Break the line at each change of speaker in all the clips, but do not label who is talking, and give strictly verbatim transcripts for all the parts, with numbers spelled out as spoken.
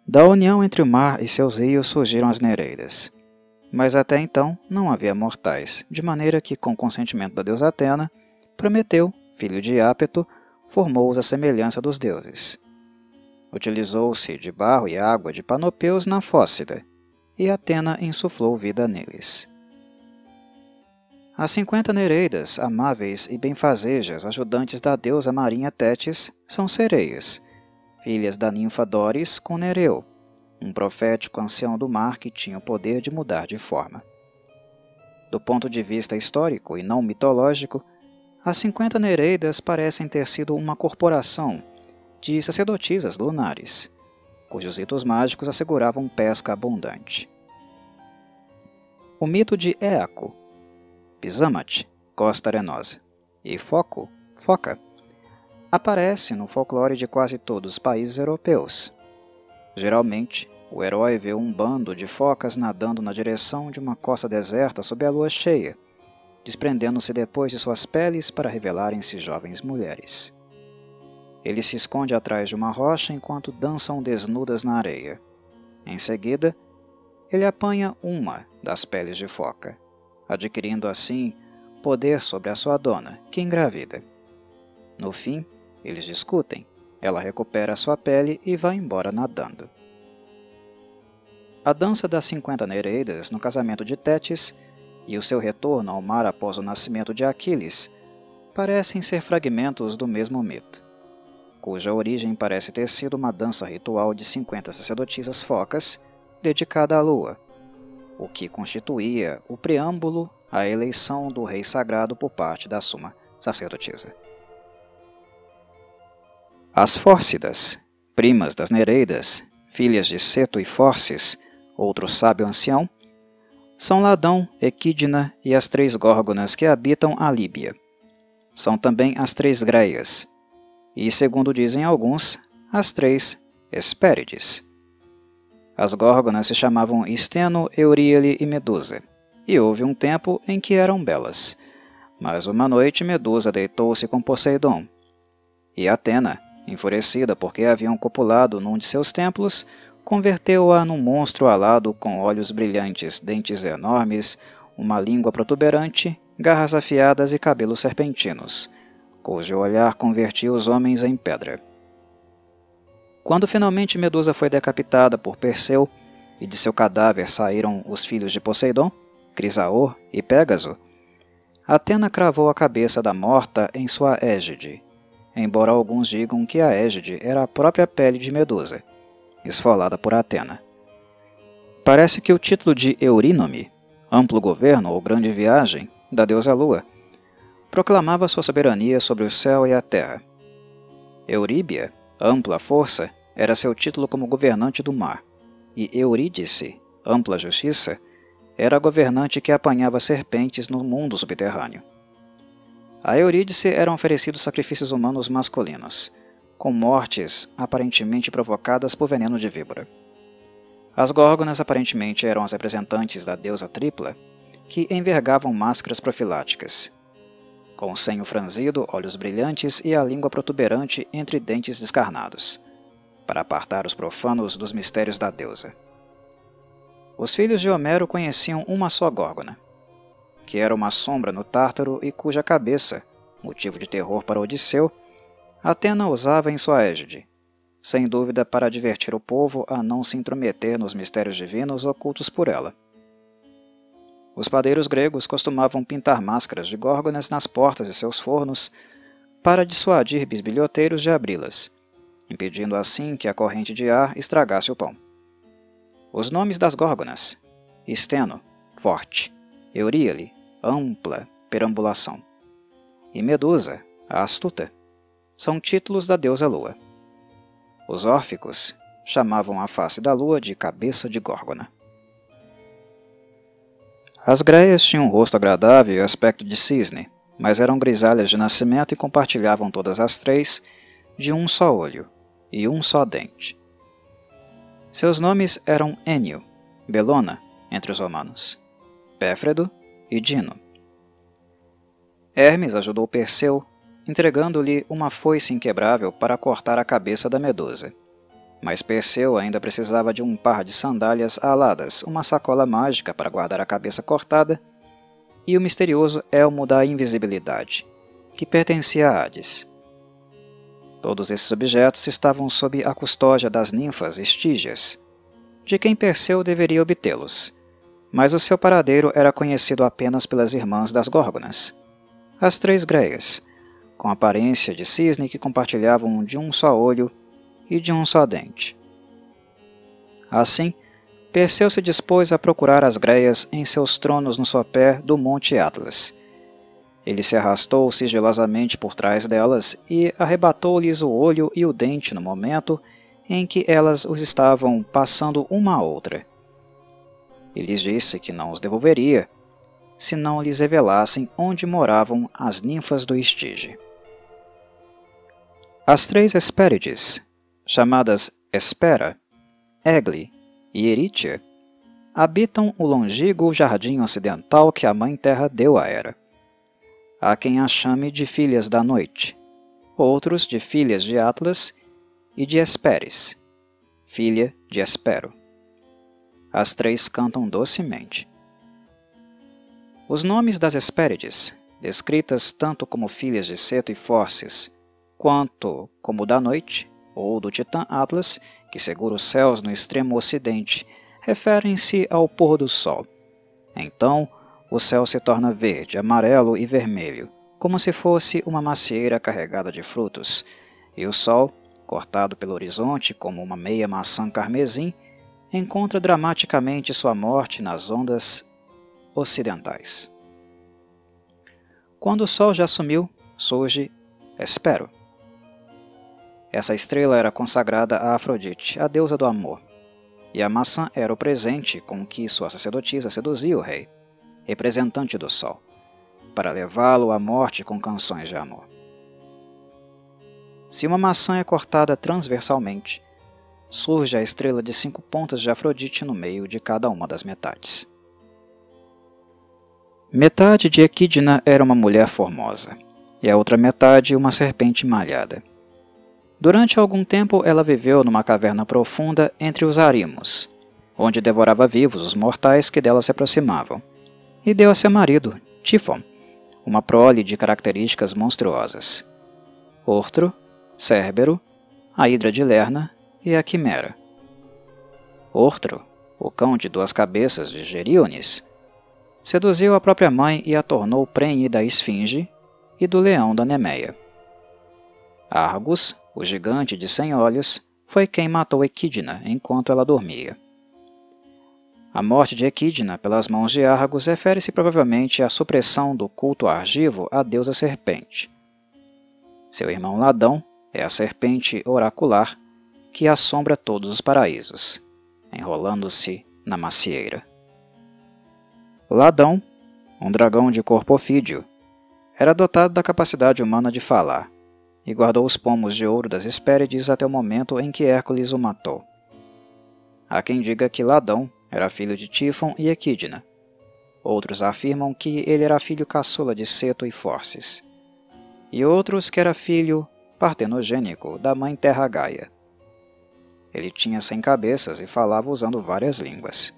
Da união entre o mar e seus rios surgiram as Nereidas. Mas até então não havia mortais, de maneira que, com consentimento da deusa Atena, Prometeu, filho de Ápeto, formou-os à semelhança dos deuses. Utilizou-se de barro e água de Panopeus na Fócida, e Atena insuflou vida neles. As cinquenta Nereidas, amáveis e benfazejas ajudantes da deusa marinha Tétis, são sereias, filhas da ninfa Dóris com Nereu, um profético ancião do mar que tinha o poder de mudar de forma. Do ponto de vista histórico e não mitológico, as cinquenta Nereidas parecem ter sido uma corporação de sacerdotisas lunares, cujos ritos mágicos asseguravam pesca abundante. O mito de Éaco, Pizâmate, costa arenosa, e Foco, foca, aparece no folclore de quase todos os países europeus. Geralmente, o herói vê um bando de focas nadando na direção de uma costa deserta sob a lua cheia, desprendendo-se depois de suas peles para revelarem-se jovens mulheres. Ele se esconde atrás de uma rocha enquanto dançam desnudas na areia. Em seguida, ele apanha uma das peles de foca, adquirindo assim poder sobre a sua dona, que engravida. No fim, eles discutem, ela recupera a sua pele e vai embora nadando. A dança das cinquenta Nereidas no casamento de Tétis e o seu retorno ao mar após o nascimento de Aquiles parecem ser fragmentos do mesmo mito, cuja origem parece ter sido uma dança ritual de cinquenta sacerdotisas focas dedicada à lua, o que constituía o preâmbulo à eleição do rei sagrado por parte da suma sacerdotisa. As Fórcidas, primas das Nereidas, filhas de Ceto e Fórcis, outro sábio ancião, são Ladão, Equidna e as três Górgonas que habitam a Líbia. São também as três Greias, e, segundo dizem alguns, as três Hespérides. As Górgonas se chamavam Steno, Euríale e Medusa, e houve um tempo em que eram belas. Mas uma noite Medusa deitou-se com Poseidon, e Atena, enfurecida porque haviam copulado num de seus templos, converteu-a num monstro alado com olhos brilhantes, dentes enormes, uma língua protuberante, garras afiadas e cabelos serpentinos, cujo olhar convertia os homens em pedra. Quando finalmente Medusa foi decapitada por Perseu, e de seu cadáver saíram os filhos de Poseidon, Crisaor e Pégaso, Atena cravou a cabeça da morta em sua égide, embora alguns digam que a égide era a própria pele de Medusa, esfolada por Atena. Parece que o título de Eurínome, amplo governo ou grande viagem, da deusa Lua, proclamava sua soberania sobre o céu e a terra. Euríbia, ampla força, era seu título como governante do mar, e Eurídice, ampla justiça, era a governante que apanhava serpentes no mundo subterrâneo. A Eurídice eram oferecidos sacrifícios humanos masculinos, com mortes aparentemente provocadas por veneno de víbora. As Górgonas aparentemente eram as representantes da deusa tripla, que envergavam máscaras profiláticas, com o senho franzido, olhos brilhantes e a língua protuberante entre dentes descarnados, para apartar os profanos dos mistérios da deusa. Os filhos de Homero conheciam uma só Górgona, que era uma sombra no Tártaro e cuja cabeça, motivo de terror para Odisseu, Atena usava em sua égide, sem dúvida para advertir o povo a não se intrometer nos mistérios divinos ocultos por ela. Os padeiros gregos costumavam pintar máscaras de górgonas nas portas de seus fornos para dissuadir bisbilhoteiros de abri-las, impedindo assim que a corrente de ar estragasse o pão. Os nomes das górgonas: Steno, forte; Euríale, ampla perambulação; e Medusa, a astuta, são títulos da deusa Lua. Os órficos chamavam a face da Lua de cabeça de Górgona. As Greias tinham um rosto agradável e aspecto de cisne, mas eram grisalhas de nascimento e compartilhavam todas as três de um só olho e um só dente. Seus nomes eram Énio, Belona, entre os romanos, Péfredo e Dino. Hermes ajudou Perseu, entregando-lhe uma foice inquebrável para cortar a cabeça da Medusa. Mas Perseu ainda precisava de um par de sandálias aladas, uma sacola mágica para guardar a cabeça cortada e o misterioso elmo da invisibilidade, que pertencia a Hades. Todos esses objetos estavam sob a custódia das ninfas Estígias, de quem Perseu deveria obtê-los, mas o seu paradeiro era conhecido apenas pelas irmãs das Górgonas, as três Greias, com aparência de cisne que compartilhavam de um só olho e de um só dente. Assim, Perseu se dispôs a procurar as Greias em seus tronos no sopé do Monte Atlas. Ele se arrastou sigilosamente por trás delas e arrebatou-lhes o olho e o dente no momento em que elas os estavam passando uma a outra. E lhes disse que não os devolveria, se não lhes revelassem onde moravam as ninfas do Estige. As três Hespérides, chamadas Hespera, Egle e Eritia, habitam o longínquo jardim ocidental que a Mãe Terra deu a Hera. Há quem as chame de filhas da noite, outros de filhas de Atlas e de Hespéris, filha de Hespero. As três cantam docemente. Os nomes das Hespérides, descritas tanto como filhas de Ceto e Fórcis, quanto como da noite, ou do titã Atlas, que segura os céus no extremo ocidente, referem-se ao pôr do sol. Então, o céu se torna verde, amarelo e vermelho, como se fosse uma macieira carregada de frutos, e o sol, cortado pelo horizonte como uma meia maçã carmesim, encontra dramaticamente sua morte nas ondas ocidentais. Quando o sol já sumiu, surge Hespero. Essa estrela era consagrada a Afrodite, a deusa do amor, e a maçã era o presente com que sua sacerdotisa seduzia o rei, representante do sol, para levá-lo à morte com canções de amor. Se uma maçã é cortada transversalmente, surge a estrela de cinco pontas de Afrodite no meio de cada uma das metades. Metade de Equidna era uma mulher formosa, e a outra metade uma serpente malhada. Durante algum tempo ela viveu numa caverna profunda entre os arimos, onde devorava vivos os mortais que dela se aproximavam, e deu a seu marido, Tífon, uma prole de características monstruosas: Ortro, Cérbero, a Hidra de Lerna e a Quimera. Ortro, o cão de duas cabeças de Geríones, seduziu a própria mãe e a tornou prenhe da Esfinge e do leão da Nemeia. Argus, o gigante de cem olhos, foi quem matou Equidna enquanto ela dormia. A morte de Equidna pelas mãos de Argus refere-se provavelmente à supressão do culto argivo à deusa serpente. Seu irmão Ladão é a serpente oracular que assombra todos os paraísos, enrolando-se na macieira. Ladão, um dragão de corpo ofídio, era dotado da capacidade humana de falar, e guardou os pomos de ouro das Hespérides até o momento em que Hércules o matou. Há quem diga que Ladão era filho de Tífon e Equidna. Outros afirmam que ele era filho caçula de Ceto e Fórcis, e outros que era filho partenogênico da mãe Terra Gaia. Ele tinha cem cabeças e falava usando várias línguas.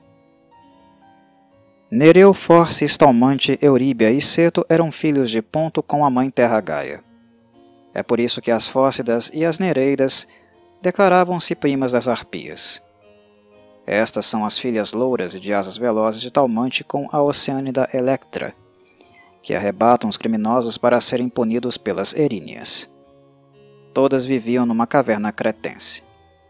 Nereu, Fórcis, Talmante, Euríbia e Ceto eram filhos de Ponto com a mãe Terra Gaia. É por isso que as Fócidas e as Nereidas declaravam-se primas das Harpias. Estas são as filhas louras e de asas velozes de Talmante com a oceânida Electra, que arrebatam os criminosos para serem punidos pelas Eríneas. Todas viviam numa caverna cretense.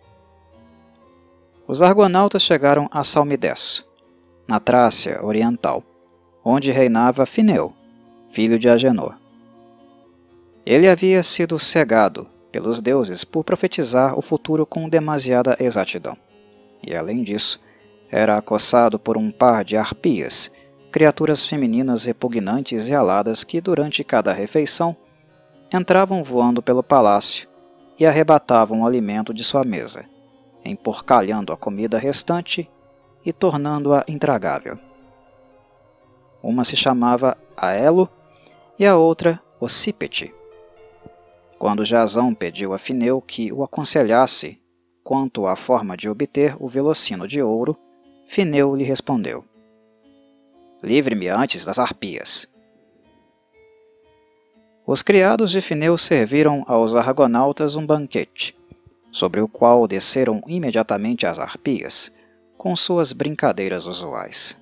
Os argonautas chegaram a Salmidesso, na Trácia oriental, onde reinava Fineu, filho de Agenor. Ele havia sido cegado pelos deuses por profetizar o futuro com demasiada exatidão, e além disso, era acossado por um par de harpias, criaturas femininas repugnantes e aladas que, durante cada refeição, entravam voando pelo palácio e arrebatavam o alimento de sua mesa, emporcalhando a comida restante e tornando-a intragável. Uma se chamava Aelo e a outra Ossípete. Quando Jasão pediu a Fineu que o aconselhasse quanto à forma de obter o velocino de ouro, Fineu lhe respondeu: livre-me antes das harpias. Os criados de Fineu serviram aos argonautas um banquete, sobre o qual desceram imediatamente as harpias, com suas brincadeiras usuais.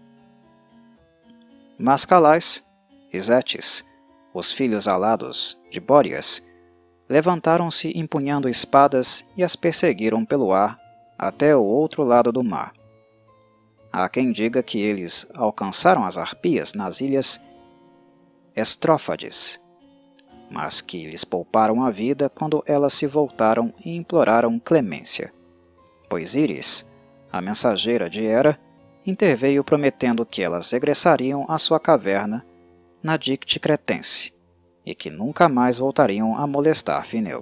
Mas Calais e Zetes, os filhos alados de Bóreas, levantaram-se empunhando espadas e as perseguiram pelo ar até o outro lado do mar. Há quem diga que eles alcançaram as harpias nas ilhas Estrófades, mas que lhes pouparam a vida quando elas se voltaram e imploraram clemência, pois Íris, a mensageira de Hera, interveio prometendo que elas regressariam à sua caverna na Dicte Cretense, e que nunca mais voltariam a molestar Fineu.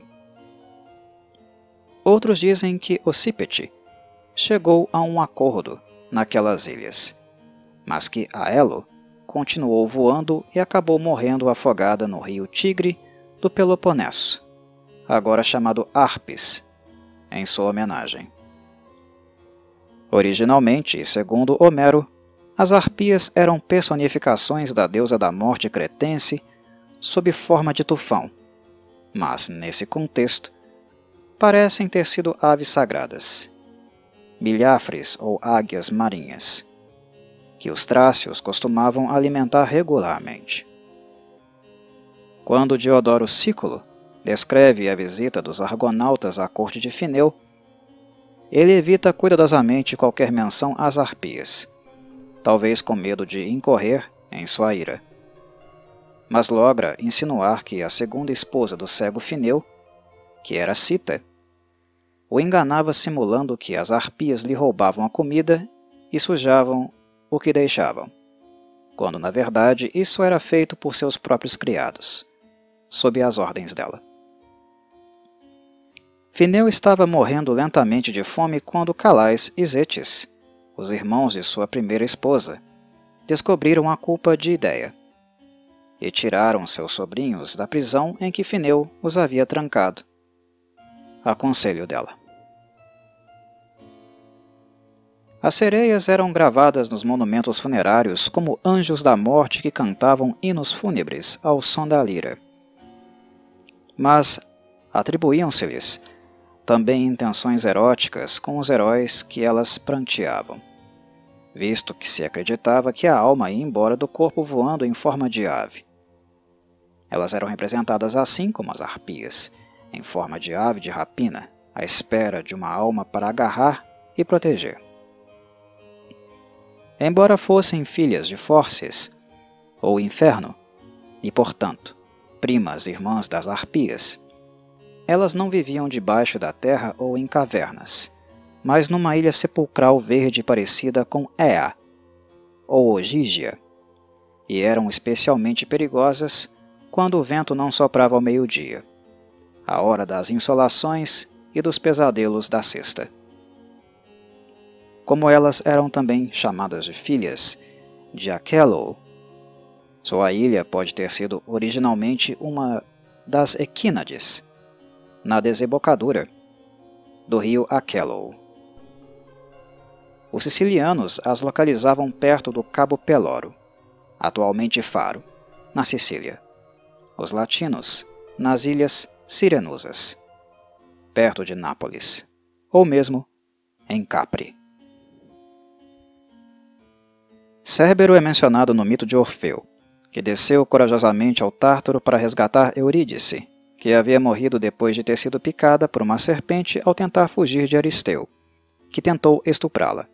Outros dizem que Ossípete chegou a um acordo naquelas ilhas, mas que Aelo continuou voando e acabou morrendo afogada no rio Tigre do Peloponeso, agora chamado Arpes, em sua homenagem. Originalmente, segundo Homero, as harpias eram personificações da deusa da morte cretense sob forma de tufão, mas, nesse contexto, parecem ter sido aves sagradas, milhafres ou águias marinhas, que os trácios costumavam alimentar regularmente. Quando Diodoro Sículo descreve a visita dos argonautas à corte de Fineu, ele evita cuidadosamente qualquer menção às harpias, talvez com medo de incorrer em sua ira, mas logra insinuar que a segunda esposa do cego Fineu, que era Cita, o enganava simulando que as harpias lhe roubavam a comida e sujavam o que deixavam, quando na verdade isso era feito por seus próprios criados, sob as ordens dela. Fineu estava morrendo lentamente de fome quando Calais e Zetes, os irmãos de sua primeira esposa, descobriram a culpa de Ideia e tiraram seus sobrinhos da prisão em que Fineu os havia trancado, a conselho dela. As sereias eram gravadas nos monumentos funerários como anjos da morte que cantavam hinos fúnebres ao som da lira. Mas atribuíam-se-lhes também intenções eróticas com os heróis que elas pranteavam, visto que se acreditava que a alma ia embora do corpo voando em forma de ave. Elas eram representadas assim como as harpias, em forma de ave de rapina, à espera de uma alma para agarrar e proteger. Embora fossem filhas de Fórces, ou Inferno, e, portanto, primas irmãs das harpias, elas não viviam debaixo da terra ou em cavernas, mas numa ilha sepulcral verde parecida com Ea, ou Ogígia, e eram especialmente perigosas quando o vento não soprava ao meio-dia, a hora das insolações e dos pesadelos da sexta. Como elas eram também chamadas de filhas de Aquelou, sua ilha pode ter sido originalmente uma das Equínades, na desembocadura do rio Aquelou. Os sicilianos as localizavam perto do Cabo Peloro, atualmente Faro, na Sicília. Os latinos, nas ilhas Sirenusas, perto de Nápoles, ou mesmo em Capri. Cérbero é mencionado no mito de Orfeu, que desceu corajosamente ao Tártaro para resgatar Eurídice, que havia morrido depois de ter sido picada por uma serpente ao tentar fugir de Aristeu, que tentou estuprá-la.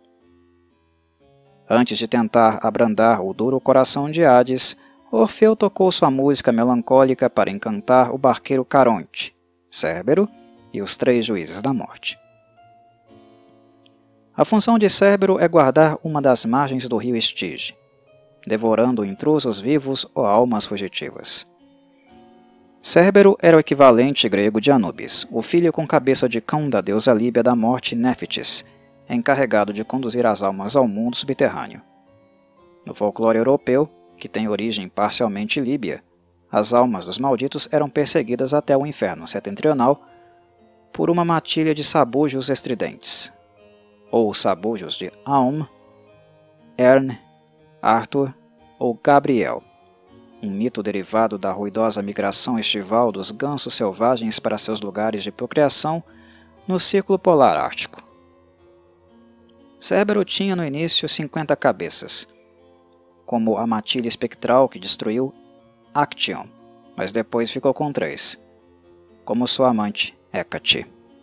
Antes de tentar abrandar o duro coração de Hades, Orfeu tocou sua música melancólica para encantar o barqueiro Caronte, Cérbero e os três juízes da morte. A função de Cérbero é guardar uma das margens do rio Estige, devorando intrusos vivos ou almas fugitivas. Cérbero era o equivalente grego de Anubis, o filho com cabeça de cão da deusa líbia da morte Néfitis, encarregado de conduzir as almas ao mundo subterrâneo. No folclore europeu, que tem origem parcialmente líbia, as almas dos malditos eram perseguidas até o inferno setentrional por uma matilha de sabujos estridentes, ou sabujos de Aum, Ern, Arthur ou Gabriel, um mito derivado da ruidosa migração estival dos gansos selvagens para seus lugares de procriação no Círculo Polar Ártico. Cérbero tinha no início cinquenta cabeças, como a matilha espectral que destruiu Actium, mas depois ficou com três, como sua amante Hécate.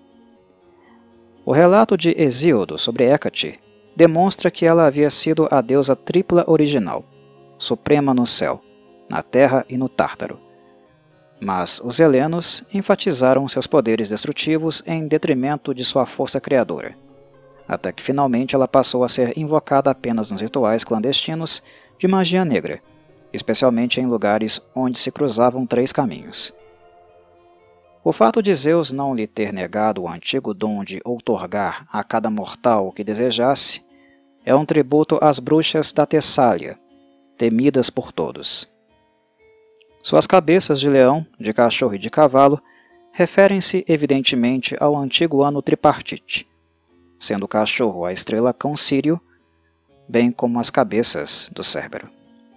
O relato de Hesíodo sobre Hécate demonstra que ela havia sido a deusa tripla original, suprema no céu, na terra e no Tártaro. Mas os helenos enfatizaram seus poderes destrutivos em detrimento de sua força criadora, até que finalmente ela passou a ser invocada apenas nos rituais clandestinos de magia negra, especialmente em lugares onde se cruzavam três caminhos. O fato de Zeus não lhe ter negado o antigo dom de outorgar a cada mortal o que desejasse é um tributo às bruxas da Tessália, temidas por todos. Suas cabeças de leão, de cachorro e de cavalo referem-se evidentemente ao antigo ano tripartite, sendo o cachorro a estrela Cão Sírio, bem como as cabeças do Cérbero.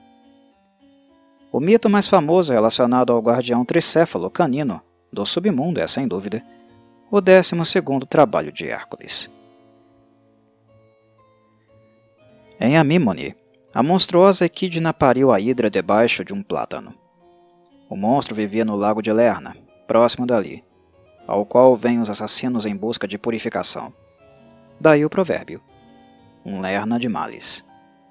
O mito mais famoso relacionado ao guardião tricéfalo canino do submundo é, sem dúvida, o décimo segundo trabalho de Hércules. Em Amímone, a monstruosa Equidna pariu a Hidra debaixo de um plátano. O monstro vivia no lago de Lerna, próximo dali, ao qual vêm os assassinos em busca de purificação. Daí o provérbio, um Lerna de males.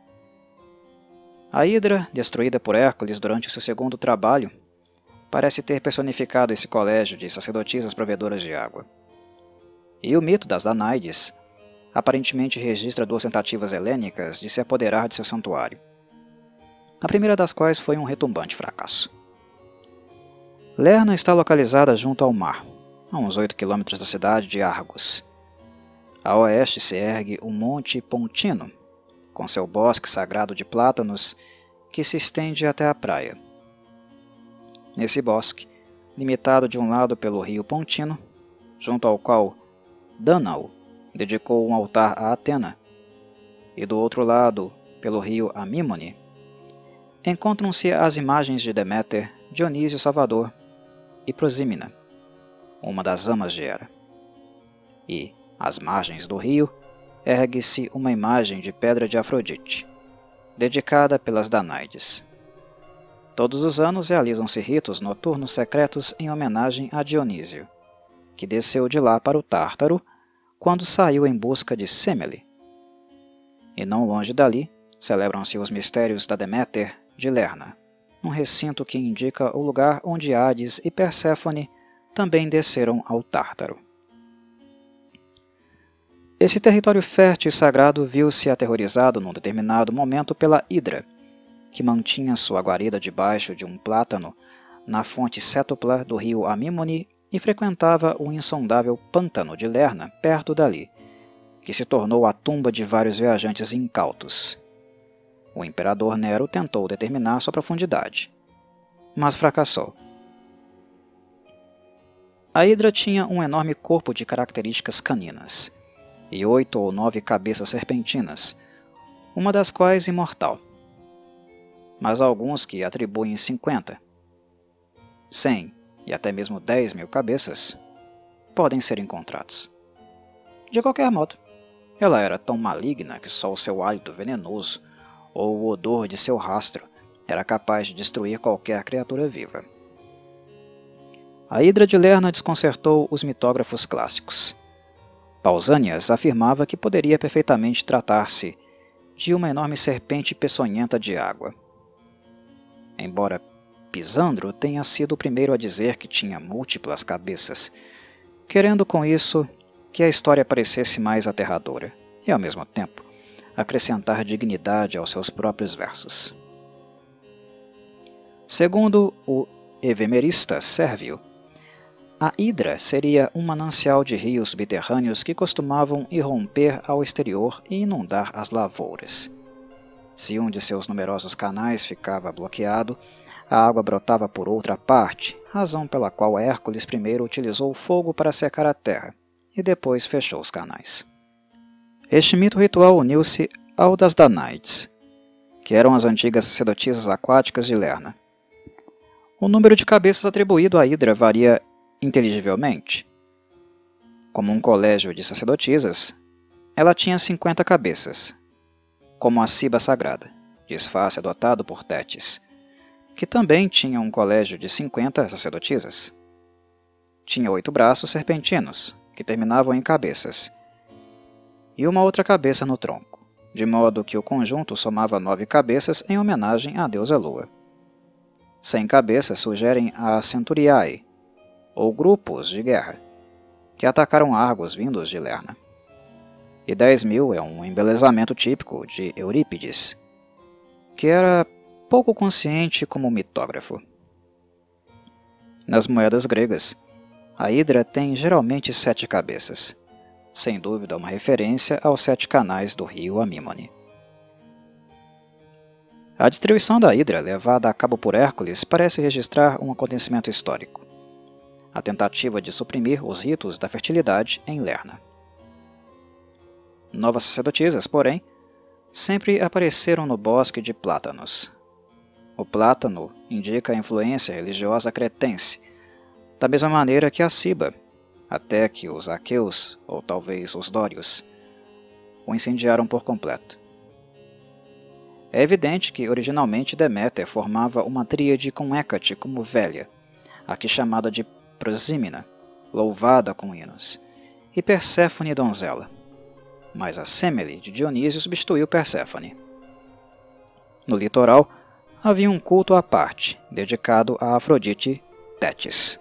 A Hidra, destruída por Hércules durante o seu segundo trabalho, parece ter personificado esse colégio de sacerdotisas provedoras de água. E o mito das Danaides aparentemente registra duas tentativas helênicas de se apoderar de seu santuário, a primeira das quais foi um retumbante fracasso. Lerna está localizada junto ao mar, a uns oito quilômetros da cidade de Argos. A oeste se ergue o Monte Pontino, com seu bosque sagrado de plátanos que se estende até a praia. Nesse bosque, limitado de um lado pelo rio Pontino, junto ao qual Dânao dedicou um altar a Atena, e do outro lado, pelo rio Amímone, encontram-se as imagens de Deméter, Dionísio Salvador e Prosímina, uma das amas de Hera. E, às margens do rio, ergue-se uma imagem de pedra de Afrodite, dedicada pelas Danaides. Todos os anos realizam-se ritos noturnos secretos em homenagem a Dionísio, que desceu de lá para o Tártaro quando saiu em busca de Semele. E não longe dali, celebram-se os mistérios da Deméter de Lerna, um recinto que indica o lugar onde Hades e Perséfone também desceram ao Tártaro. Esse território fértil e sagrado viu-se aterrorizado num determinado momento pela Hidra, que mantinha sua guarida debaixo de um plátano na fonte cétupla do rio Amímone e frequentava o insondável pântano de Lerna perto dali, que se tornou a tumba de vários viajantes incautos. O imperador Nero tentou determinar sua profundidade, mas fracassou. A Hidra tinha um enorme corpo de características caninas, e oito ou nove cabeças serpentinas, uma das quais imortal. Mas há alguns que atribuem cinquenta, cem e até mesmo dez mil cabeças podem ser encontrados. De qualquer modo, ela era tão maligna que só o seu hálito venenoso ou o odor de seu rastro era capaz de destruir qualquer criatura viva. A Hidra de Lerna desconcertou os mitógrafos clássicos. Pausanias afirmava que poderia perfeitamente tratar-se de uma enorme serpente peçonhenta de água. Embora Pisandro tenha sido o primeiro a dizer que tinha múltiplas cabeças, querendo com isso que a história parecesse mais aterradora e, ao mesmo tempo, acrescentar dignidade aos seus próprios versos. Segundo o evemerista Sérvio, a Hidra seria um manancial de rios subterrâneos que costumavam irromper ao exterior e inundar as lavouras. Se um de seus numerosos canais ficava bloqueado, a água brotava por outra parte, razão pela qual Hércules primeiro utilizou o fogo para secar a terra e depois fechou os canais. Este mito ritual uniu-se ao das Danaides, que eram as antigas sacerdotisas aquáticas de Lerna. O número de cabeças atribuído à Hidra varia inteligivelmente. Como um colégio de sacerdotisas, ela tinha cinquenta cabeças, como a Ciba Sagrada, disfarce adotado por Tétis, que também tinha um colégio de cinquenta sacerdotisas. Tinha oito braços serpentinos, que terminavam em cabeças, e uma outra cabeça no tronco, de modo que o conjunto somava nove cabeças em homenagem à deusa Lua. Cem cabeças sugerem a Centuriae, ou grupos de guerra, que atacaram Argos vindos de Lerna. E dez mil é um embelezamento típico de Eurípides, que era pouco consciente como mitógrafo. Nas moedas gregas, a Hidra tem geralmente sete cabeças, sem dúvida uma referência aos sete canais do rio Amímone. A destruição da Hidra, levada a cabo por Hércules, parece registrar um acontecimento histórico: a tentativa de suprimir os ritos da fertilidade em Lerna. Novas sacerdotisas, porém, sempre apareceram no bosque de plátanos. O plátano indica a influência religiosa cretense, da mesma maneira que a Ciba, até que os aqueus, ou talvez os dórios, o incendiaram por completo. É evidente que originalmente Deméter formava uma tríade com Hécate como velha, aqui chamada de Prosímina, louvada com hinos, e Perséfone donzela, mas a Semele de Dionísio substituiu Perséfone. No litoral, havia um culto à parte, dedicado a Afrodite Tétis.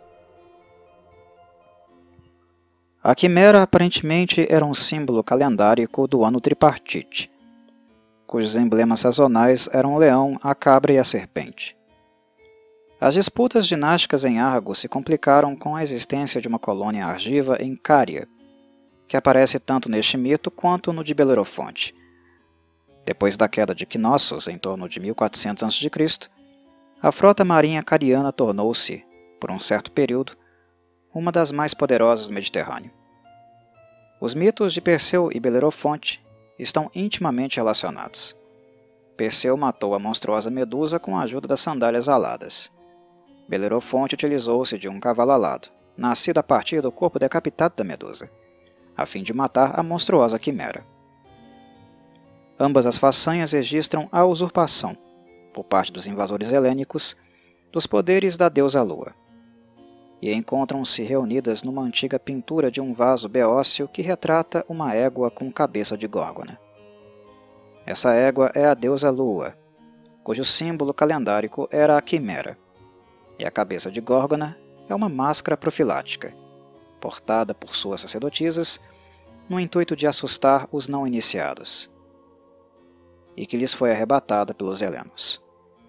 A quimera aparentemente era um símbolo calendárico do ano tripartite, cujos emblemas sazonais eram o leão, a cabra e a serpente. As disputas dinásticas em Argos se complicaram com a existência de uma colônia argiva em Cária, que aparece tanto neste mito quanto no de Belerofonte. Depois da queda de Knossos, em torno de mil e quatrocentos antes de Cristo, a frota marinha cariana tornou-se, por um certo período, uma das mais poderosas do Mediterrâneo. Os mitos de Perseu e Belerofonte estão intimamente relacionados. Perseu matou a monstruosa Medusa com a ajuda das sandálias aladas. Belerofonte utilizou-se de um cavalo alado, nascido a partir do corpo decapitado da Medusa, a fim de matar a monstruosa quimera. Ambas as façanhas registram a usurpação, por parte dos invasores helênicos, dos poderes da deusa Lua, e encontram-se reunidas numa antiga pintura de um vaso beócio que retrata uma égua com cabeça de górgona. Essa égua é a deusa Lua, cujo símbolo calendárico era a quimera, e a cabeça de górgona é uma máscara profilática, portada por suas sacerdotisas no intuito de assustar os não iniciados, e que lhes foi arrebatada pelos helenos.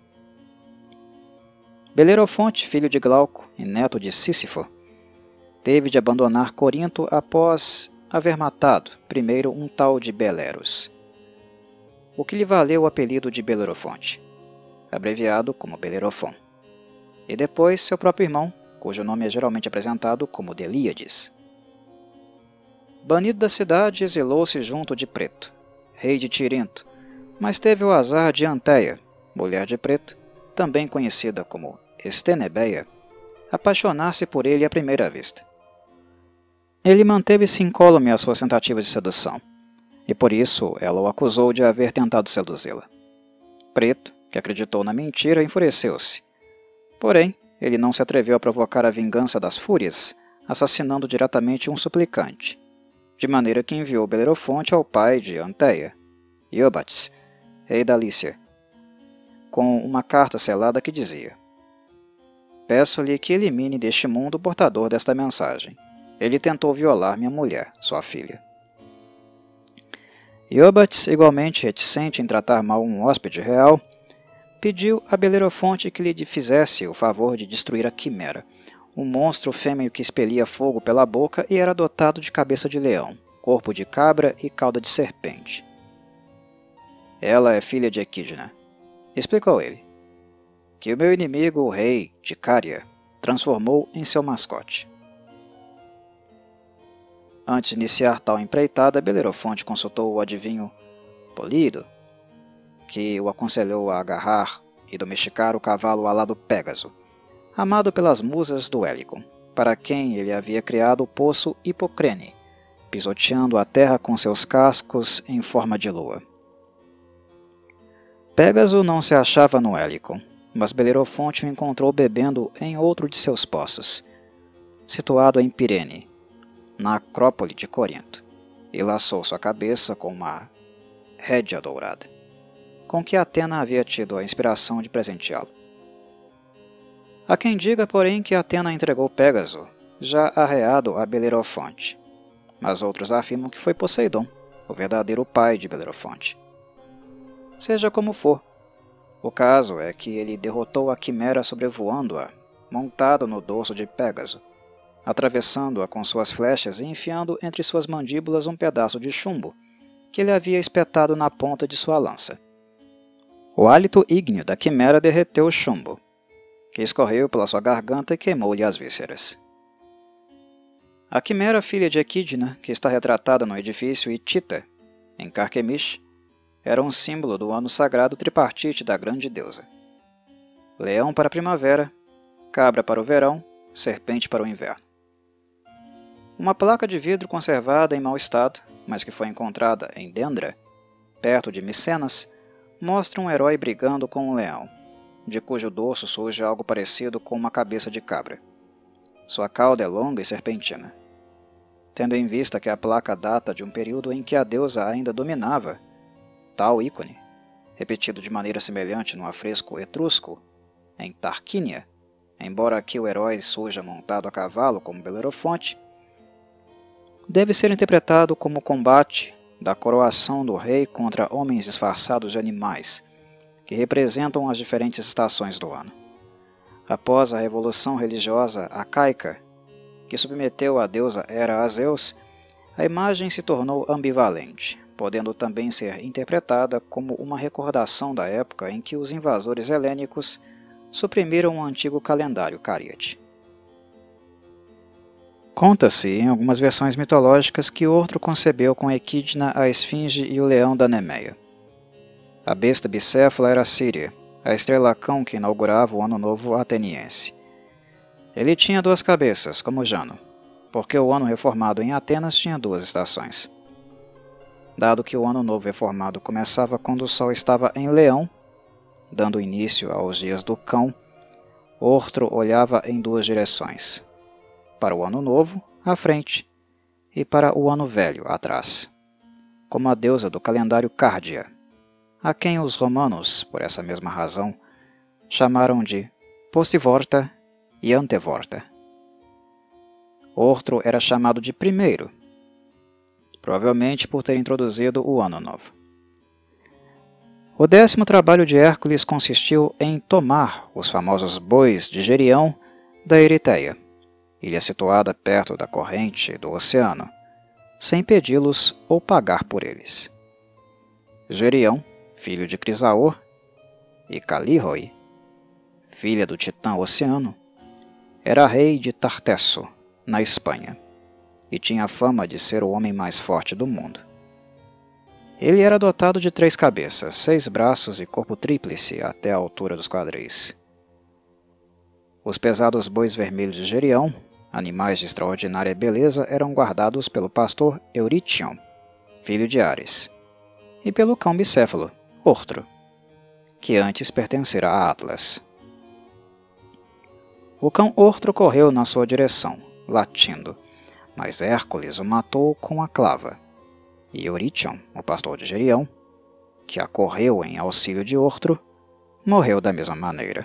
Belerofonte, filho de Glauco e neto de Sísifo, teve de abandonar Corinto após haver matado primeiro um tal de Beleros, o que lhe valeu o apelido de Belerofonte, abreviado como Belerofon, e depois seu próprio irmão, cujo nome é geralmente apresentado como Delíades. Banido da cidade, exilou-se junto de Preto, rei de Tirinto, mas teve o azar de Anteia, mulher de Preto, também conhecida como Estenebeia, apaixonar-se por ele à primeira vista. Ele manteve-se incólume às suas tentativas de sedução, e por isso ela o acusou de haver tentado seduzi-la. Preto, que acreditou na mentira, enfureceu-se. Porém, ele não se atreveu a provocar a vingança das fúrias, assassinando diretamente um suplicante, de maneira que enviou Belerofonte ao pai de Anteia, Iobates, rei da Lícia, com uma carta selada que dizia: "Peço-lhe que elimine deste mundo o portador desta mensagem. Ele tentou violar minha mulher, sua filha." Iobates, igualmente reticente em tratar mal um hóspede real, pediu a Belerofonte que lhe fizesse o favor de destruir a quimera, um monstro fêmeo que expelia fogo pela boca e era dotado de cabeça de leão, corpo de cabra e cauda de serpente. "Ela é filha de Equidna", explicou ele. que o meu inimigo, o rei de Cária, transformou em seu mascote. Antes de iniciar tal empreitada, Belerofonte consultou o adivinho Polído, que o aconselhou a agarrar e domesticar o cavalo alado Pégaso, amado pelas musas do Hélico, para quem ele havia criado o poço Hipocrene, pisoteando a terra com seus cascos em forma de lua. Pégaso não se achava no Hélico, mas Belerofonte o encontrou bebendo em outro de seus poços, situado em Pirene, na Acrópole de Corinto, e laçou sua cabeça com uma rédea dourada, com que Atena havia tido a inspiração de presenteá-lo. Há quem diga, porém, que Atena entregou Pégaso, já arreado a Belerofonte, mas outros afirmam que foi Poseidon, o verdadeiro pai de Belerofonte. Seja como for, o caso é que ele derrotou a quimera sobrevoando-a, montado no dorso de Pégaso, atravessando-a com suas flechas e enfiando entre suas mandíbulas um pedaço de chumbo que ele havia espetado na ponta de sua lança. O hálito ígneo da quimera derreteu o chumbo, que escorreu pela sua garganta e queimou-lhe as vísceras. A quimera filha de Equidna, que está retratada no edifício Hitita, em Carquemish, era um símbolo do ano sagrado tripartite da grande deusa. Leão para a primavera, cabra para o verão, serpente para o inverno. Uma placa de vidro conservada em mau estado, mas que foi encontrada em Dendra, perto de Micenas, mostra um herói brigando com um leão, de cujo dorso surge algo parecido com uma cabeça de cabra. Sua cauda é longa e serpentina. Tendo em vista que a placa data de um período em que a deusa ainda dominava, tal ícone, repetido de maneira semelhante no afresco etrusco, em Tarquínia, embora aqui o herói surja montado a cavalo como Belerofonte, deve ser interpretado como o combate da coroação do rei contra homens disfarçados de animais, que representam as diferentes estações do ano. Após a revolução religiosa arcaica, que submeteu a deusa Hera a Zeus, a imagem se tornou ambivalente, podendo também ser interpretada como uma recordação da época em que os invasores helênicos suprimiram o antigo calendário cariate. Conta-se, em algumas versões mitológicas, que Ortro concebeu com Equidna a esfinge e o leão da Nemeia. A besta bicéfala era Síria, a estrela-cão que inaugurava o Ano Novo ateniense. Ele tinha duas cabeças, como Jano, porque o ano reformado em Atenas tinha duas estações. Dado que o Ano Novo reformado começava quando o Sol estava em Leão, dando início aos dias do Cão, Ortro olhava em duas direções, para o Ano Novo, à frente, e para o Ano Velho, atrás, como a deusa do calendário Cárdia, a quem os romanos, por essa mesma razão, chamaram de Possivorta e Antevorta. Ortro era chamado de primeiro, provavelmente por ter introduzido o Ano Novo. O décimo trabalho de Hércules consistiu em tomar os famosos bois de Gerião da Eritéia, ilha situada perto da corrente do oceano, sem pedi-los ou pagar por eles. Gerião, filho de Crisaor, e Calíroe, filha do titã Oceano, era rei de Tartesso, na Espanha, e tinha fama de ser o homem mais forte do mundo. Ele era dotado de três cabeças, seis braços e corpo tríplice até a altura dos quadris. Os pesados bois vermelhos de Gerião, animais de extraordinária beleza, eram guardados pelo pastor Eurítion, filho de Ares, e pelo cão bicéfalo, Ortro, que antes pertencera a Atlas. O cão Ortro correu na sua direção, latindo, mas Hércules o matou com a clava, e Eurítion, o pastor de Gerião, que acorreu em auxílio de Ortro, morreu da mesma maneira.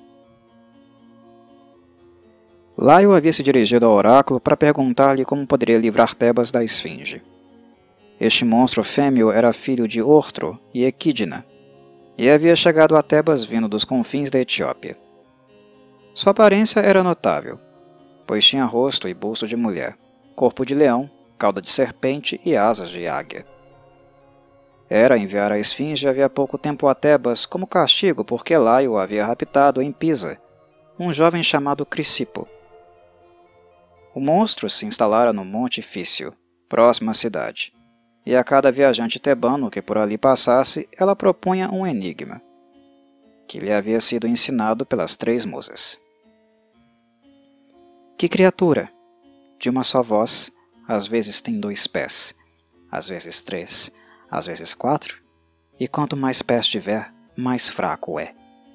Laio havia se dirigido ao oráculo para perguntar-lhe como poderia livrar Tebas da esfinge. Este monstro fêmeo era filho de Ortro e Equidna, e havia chegado a Tebas vindo dos confins da Etiópia. Sua aparência era notável, pois tinha rosto e busto de mulher, corpo de leão, cauda de serpente e asas de águia. Hera enviara a Esfinge havia pouco tempo a Tebas como castigo porque Laio havia raptado em Pisa um jovem chamado Crisipo. O monstro se instalara no Monte Fício, próximo à cidade, e a cada viajante tebano que por ali passasse, ela propunha um enigma, que lhe havia sido ensinado pelas três musas. Que criatura, de uma só voz, às vezes tem dois pés, às vezes três, às vezes quatro, e quanto mais pés tiver, mais fraco é.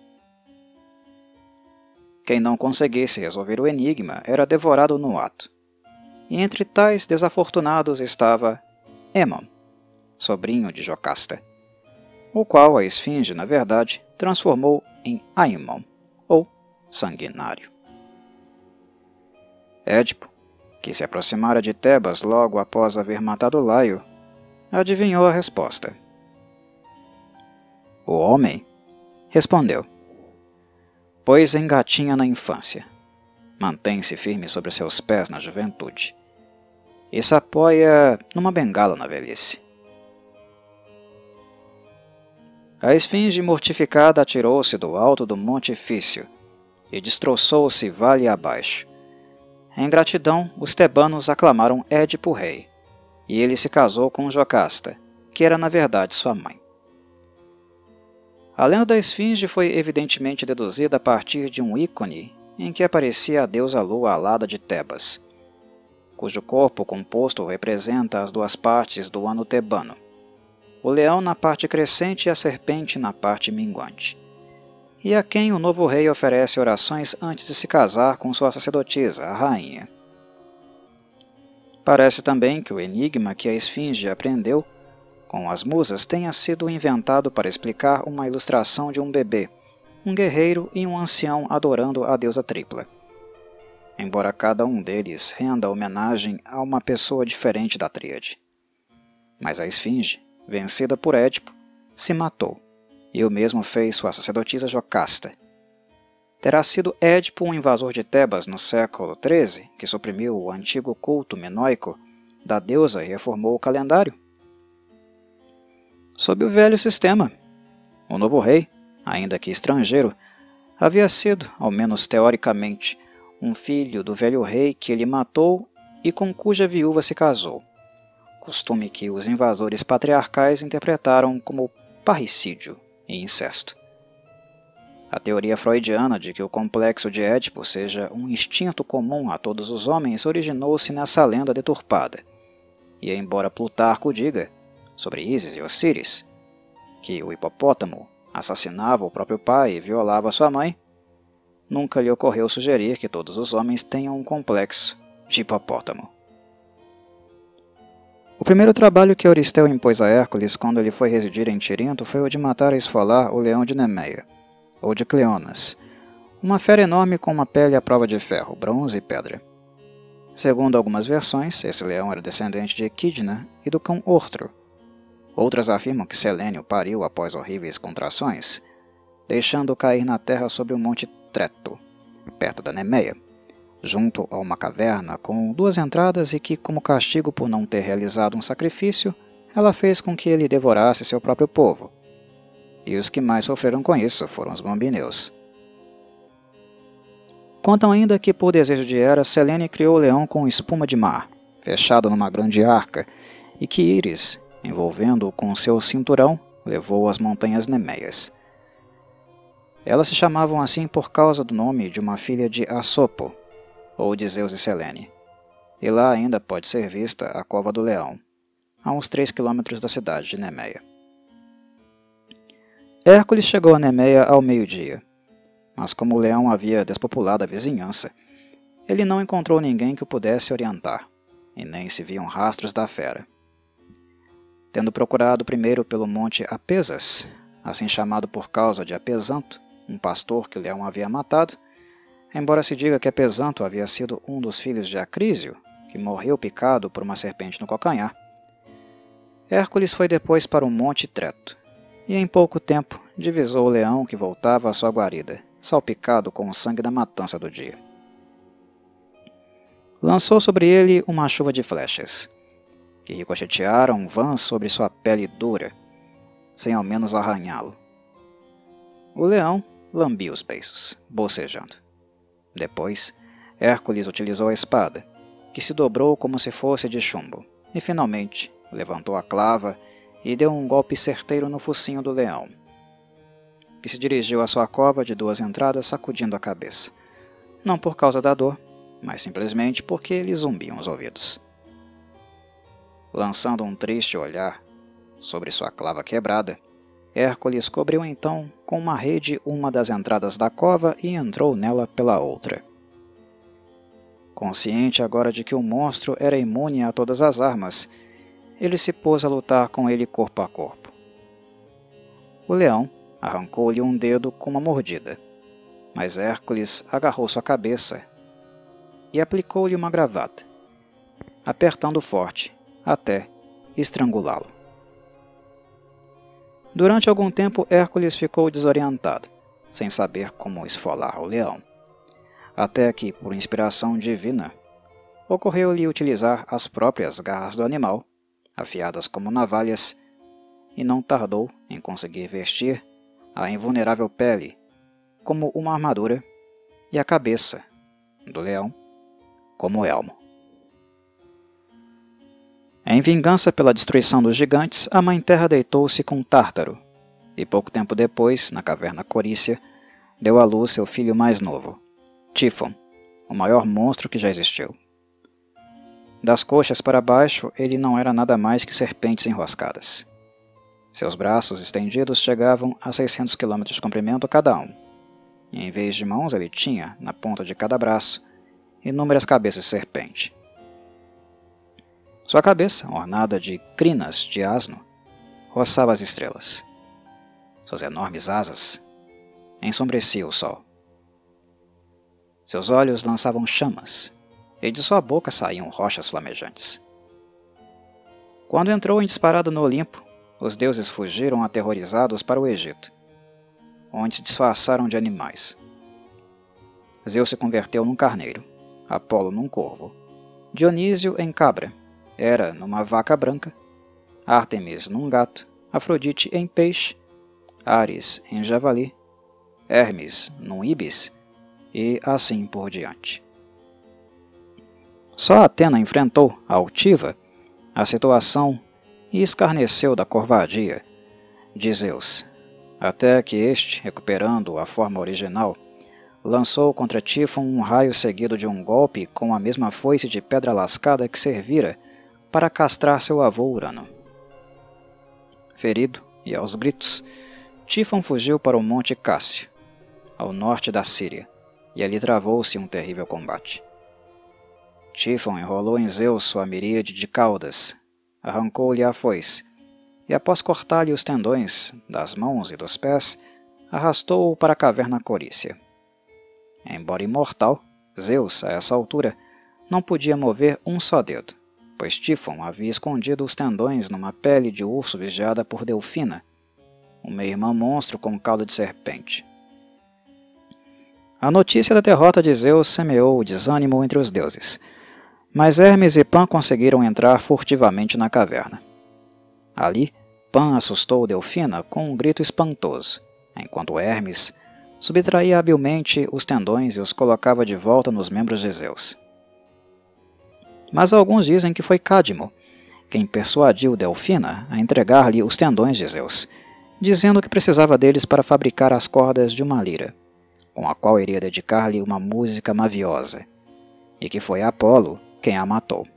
Quem não conseguisse resolver o enigma era devorado no ato. E entre tais desafortunados estava Aemon, sobrinho de Jocasta, o qual a Esfinge, na verdade, transformou em Aemon, ou Sanguinário. Édipo, que se aproximara de Tebas logo após haver matado Laio, adivinhou a resposta. O homem respondeu: pois engatinha na infância, mantém-se firme sobre seus pés na juventude, e se apoia numa bengala na velhice. A Esfinge mortificada atirou-se do alto do Monte Fício e destroçou-se vale abaixo. Em gratidão, os tebanos aclamaram Édipo rei, e ele se casou com Jocasta, que era na verdade sua mãe. A lenda da Esfinge foi evidentemente deduzida a partir de um ícone em que aparecia a deusa lua alada de Tebas, cujo corpo composto representa as duas partes do ano tebano, o leão na parte crescente e a serpente na parte minguante, e a quem o novo rei oferece orações antes de se casar com sua sacerdotisa, a rainha. Parece também que o enigma que a Esfinge aprendeu com as musas tenha sido inventado para explicar uma ilustração de um bebê, um guerreiro e um ancião adorando a deusa tripla, embora cada um deles renda homenagem a uma pessoa diferente da tríade. Mas a Esfinge, vencida por Édipo, se matou, e o mesmo fez sua sacerdotisa Jocasta. Terá sido Édipo um invasor de Tebas no século treze que suprimiu o antigo culto minoico da deusa e reformou o calendário? Sob o velho sistema, o novo rei, ainda que estrangeiro, havia sido, ao menos teoricamente, um filho do velho rei que ele matou e com cuja viúva se casou, costume que os invasores patriarcais interpretaram como parricídio e incesto. A teoria freudiana de que o complexo de Édipo seja um instinto comum a todos os homens originou-se nessa lenda deturpada, e embora Plutarco diga, sobre Ísis e Osíris, que o hipopótamo assassinava o próprio pai e violava sua mãe, nunca lhe ocorreu sugerir que todos os homens tenham um complexo de hipopótamo. O primeiro trabalho que Euristeu impôs a Hércules quando ele foi residir em Tirinto foi o de matar e esfolar o leão de Nemeia, ou de Cleonas, uma fera enorme com uma pele à prova de ferro, bronze e pedra. Segundo algumas versões, esse leão era descendente de Equidna e do cão Ortro. Outras afirmam que Selênio pariu após horríveis contrações, deixando-o cair na terra sobre o monte Treto, perto da Nemeia, junto a uma caverna com duas entradas e que, como castigo por não ter realizado um sacrifício, ela fez com que ele devorasse seu próprio povo. E os que mais sofreram com isso foram os bambineus. Contam ainda que, por desejo de Hera, Selene criou o leão com espuma de mar, fechado numa grande arca, e que Íris, envolvendo-o com seu cinturão, levou às montanhas Nemeias. Elas se chamavam assim por causa do nome de uma filha de Assopo, ou de Zeus e Selene, e lá ainda pode ser vista a Cova do Leão, a uns três quilômetros da cidade de Nemeia. Hércules chegou a Nemeia ao meio-dia, mas como o leão havia despopulado a vizinhança, ele não encontrou ninguém que o pudesse orientar, e nem se viam rastros da fera. Tendo procurado primeiro pelo monte Apesas, assim chamado por causa de Apesanto, um pastor que o leão havia matado, embora se diga que Apesanto havia sido um dos filhos de Acrísio, que morreu picado por uma serpente no calcanhar, Hércules foi depois para o monte Treto, e em pouco tempo divisou o leão que voltava à sua guarida, salpicado com o sangue da matança do dia. Lançou sobre ele uma chuva de flechas, que ricochetearam vãs sobre sua pele dura, sem ao menos arranhá-lo. O leão lambia os beiços, bocejando. Depois, Hércules utilizou a espada, que se dobrou como se fosse de chumbo, e finalmente levantou a clava e deu um golpe certeiro no focinho do leão, que se dirigiu à sua cova de duas entradas sacudindo a cabeça, não por causa da dor, mas simplesmente porque lhe zumbiam os ouvidos. Lançando um triste olhar sobre sua clava quebrada, Hércules cobriu então com uma rede uma das entradas da cova e entrou nela pela outra. Consciente agora de que o monstro era imune a todas as armas, ele se pôs a lutar com ele corpo a corpo. O leão arrancou-lhe um dedo com uma mordida, mas Hércules agarrou sua cabeça e aplicou-lhe uma gravata, apertando forte até estrangulá-lo. Durante algum tempo, Hércules ficou desorientado, sem saber como esfolar o leão, até que, por inspiração divina, ocorreu-lhe utilizar as próprias garras do animal, afiadas como navalhas, e não tardou em conseguir vestir a invulnerável pele como uma armadura e a cabeça do leão como elmo. Em vingança pela destruição dos gigantes, a Mãe Terra deitou-se com Tártaro, e pouco tempo depois, na caverna Corícia, deu à luz seu filho mais novo, Tífon, o maior monstro que já existiu. Das coxas para baixo, ele não era nada mais que serpentes enroscadas. Seus braços estendidos chegavam a seiscentos quilômetros de comprimento cada um, e em vez de mãos ele tinha, na ponta de cada braço, inúmeras cabeças de serpente. Sua cabeça, ornada de crinas de asno, roçava as estrelas. Suas enormes asas ensombreciam o sol. Seus olhos lançavam chamas, e de sua boca saíam rochas flamejantes. Quando entrou em disparada no Olimpo, os deuses fugiram aterrorizados para o Egito, onde se disfarçaram de animais. Zeus se converteu num carneiro, Apolo num corvo, Dionísio em cabra, Hera numa vaca branca, Ártemis num gato, Afrodite em peixe, Ares em javali, Hermes num ibis e assim por diante. Só Atena enfrentou, altiva, a situação e escarneceu da covardia de Zeus, até que este, recuperando a forma original, lançou contra Tífon um raio seguido de um golpe com a mesma foice de pedra lascada que servira para castrar seu avô Urano. Ferido e aos gritos, Tífon fugiu para o Monte Cássio, ao norte da Síria, e ali travou-se um terrível combate. Tífon enrolou em Zeus sua miríade de caudas, arrancou-lhe a foice, e após cortar-lhe os tendões das mãos e dos pés, arrastou-o para a caverna Corícia. Embora imortal, Zeus, a essa altura, não podia mover um só dedo, pois Tífon havia escondido os tendões numa pele de urso vigiada por Delfina, uma irmã monstro com cauda de serpente. A notícia da derrota de Zeus semeou o desânimo entre os deuses, mas Hermes e Pan conseguiram entrar furtivamente na caverna. Ali, Pan assustou Delfina com um grito espantoso, enquanto Hermes subtraía habilmente os tendões e os colocava de volta nos membros de Zeus. Mas alguns dizem que foi Cadmo quem persuadiu Delfina a entregar-lhe os tendões de Zeus, dizendo que precisava deles para fabricar as cordas de uma lira, com a qual iria dedicar-lhe uma música maviosa, e que foi Apolo quem a matou.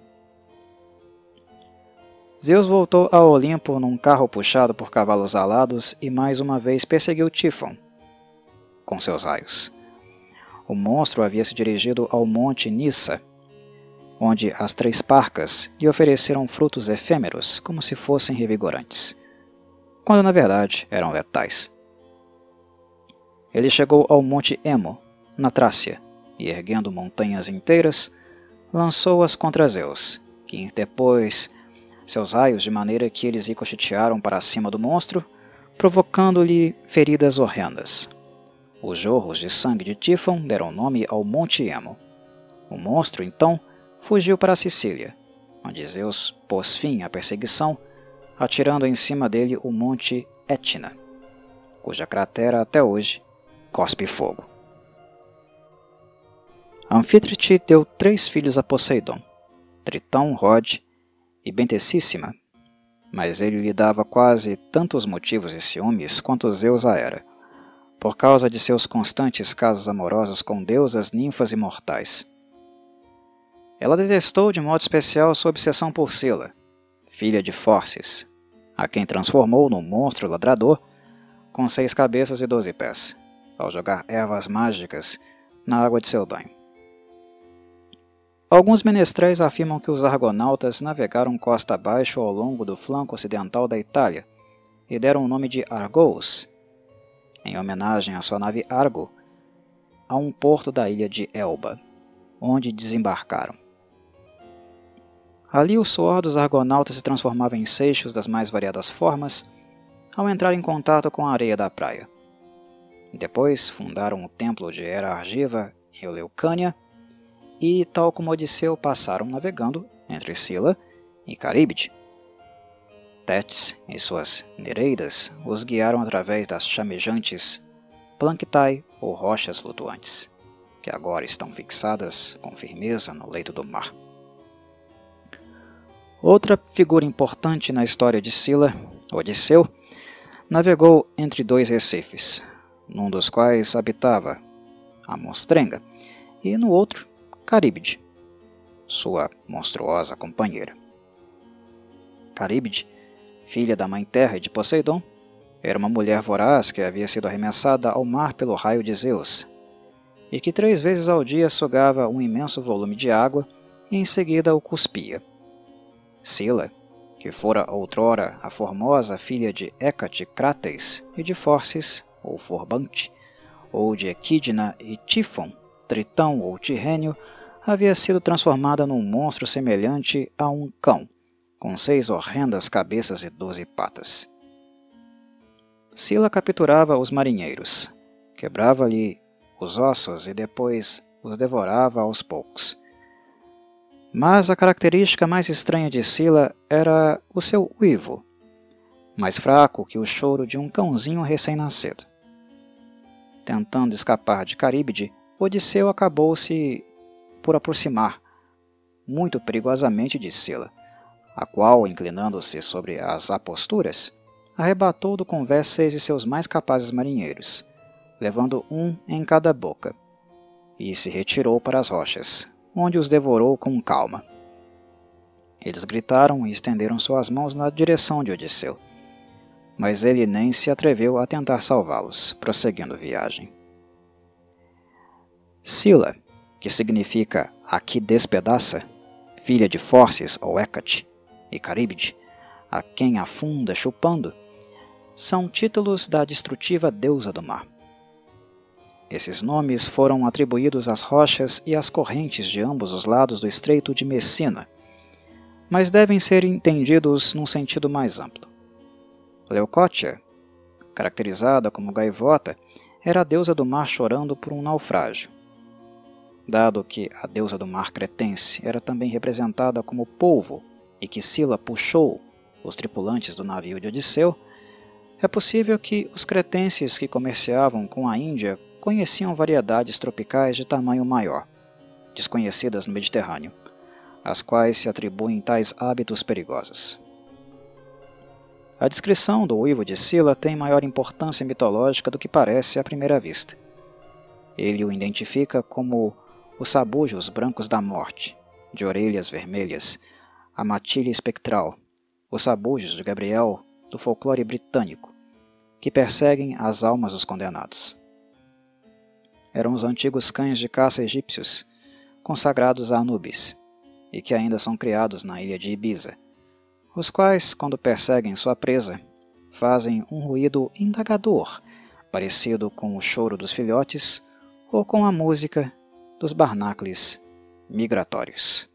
Zeus voltou ao Olimpo num carro puxado por cavalos alados e mais uma vez perseguiu Tífon com seus raios. O monstro havia se dirigido ao monte Nissa, onde as três parcas lhe ofereceram frutos efêmeros como se fossem revigorantes, quando na verdade eram letais. Ele chegou ao monte Emo, na Trácia, e erguendo montanhas inteiras, lançou-as contra Zeus, que interpôs seus raios de maneira que eles ricochetearam para cima do monstro, provocando-lhe feridas horrendas. Os jorros de sangue de Tífon deram nome ao Monte Emo. O monstro, então, fugiu para a Sicília, onde Zeus pôs fim à perseguição, atirando em cima dele o Monte Etna, cuja cratera até hoje cospe fogo. Anfítrite deu três filhos a Poseidon, Tritão, Rod e Bentecíssima, mas ele lhe dava quase tantos motivos de ciúmes quanto Zeus a era, por causa de seus constantes casos amorosos com deusas, ninfas e mortais. Ela detestou de modo especial sua obsessão por Sila, filha de Phorcys, a quem transformou num monstro ladrador com seis cabeças e doze pés, ao jogar ervas mágicas na água de seu banho. Alguns menestréis afirmam que os argonautas navegaram costa abaixo ao longo do flanco ocidental da Itália e deram o nome de Argos, em homenagem à sua nave Argo, a um porto da ilha de Elba, onde desembarcaram. Ali o suor dos argonautas se transformava em seixos das mais variadas formas ao entrar em contato com a areia da praia. Depois fundaram o templo de Hera Argiva em Leucânia e, tal como Odisseu, passaram navegando entre Sila e Caríbide. Tétis e suas Nereidas os guiaram através das chamejantes Planctae ou rochas flutuantes, que agora estão fixadas com firmeza no leito do mar. Outra figura importante na história de Sila, Odisseu, navegou entre dois recifes, num dos quais habitava a monstrenga e no outro Caríbide, sua monstruosa companheira. Caríbide, filha da Mãe Terra e de Poseidon, era uma mulher voraz que havia sido arremessada ao mar pelo raio de Zeus, e que três vezes ao dia sugava um imenso volume de água e em seguida o cuspia. Sila, que fora outrora a formosa filha de Hécate Crates e de Phorcys, ou Forbante, ou de Equidna e Tífon, Tritão ou Tirrênio, havia sido transformada num monstro semelhante a um cão, com seis horrendas cabeças e doze patas. Sila capturava os marinheiros, quebrava-lhe os ossos e depois os devorava aos poucos. Mas a característica mais estranha de Sila era o seu uivo, mais fraco que o choro de um cãozinho recém-nascido. Tentando escapar de Caríbide, Odisseu acabou-se por aproximar, muito perigosamente, de Sila, a qual, inclinando-se sobre as aposturas, arrebatou do convés seis de seus mais capazes marinheiros, levando um em cada boca, e se retirou para as rochas, onde os devorou com calma. Eles gritaram e estenderam suas mãos na direção de Odisseu, mas ele nem se atreveu a tentar salvá-los, prosseguindo viagem. Sila, que significa a que despedaça, filha de Phorcys ou Hécate, e Caríbide, a quem afunda chupando, são títulos da destrutiva deusa do mar. Esses nomes foram atribuídos às rochas e às correntes de ambos os lados do Estreito de Messina, mas devem ser entendidos num sentido mais amplo. Leucótia, caracterizada como gaivota, era a deusa do mar chorando por um naufrágio. Dado que a deusa do mar cretense era também representada como polvo e que Sila puxou os tripulantes do navio de Odisseu, é possível que os cretenses que comerciavam com a Índia conheciam variedades tropicais de tamanho maior, desconhecidas no Mediterrâneo, às quais se atribuem tais hábitos perigosos. A descrição do uivo de Sila tem maior importância mitológica do que parece à primeira vista. Ele o identifica como os sabujos brancos da morte, de orelhas vermelhas, a matilha espectral, os sabujos de Gabriel do folclore britânico, que perseguem as almas dos condenados. Eram os antigos cães de caça egípcios, consagrados a Anubis, e que ainda são criados na ilha de Ibiza, os quais, quando perseguem sua presa, fazem um ruído indagador, parecido com o choro dos filhotes ou com a música dos barnacles migratórios.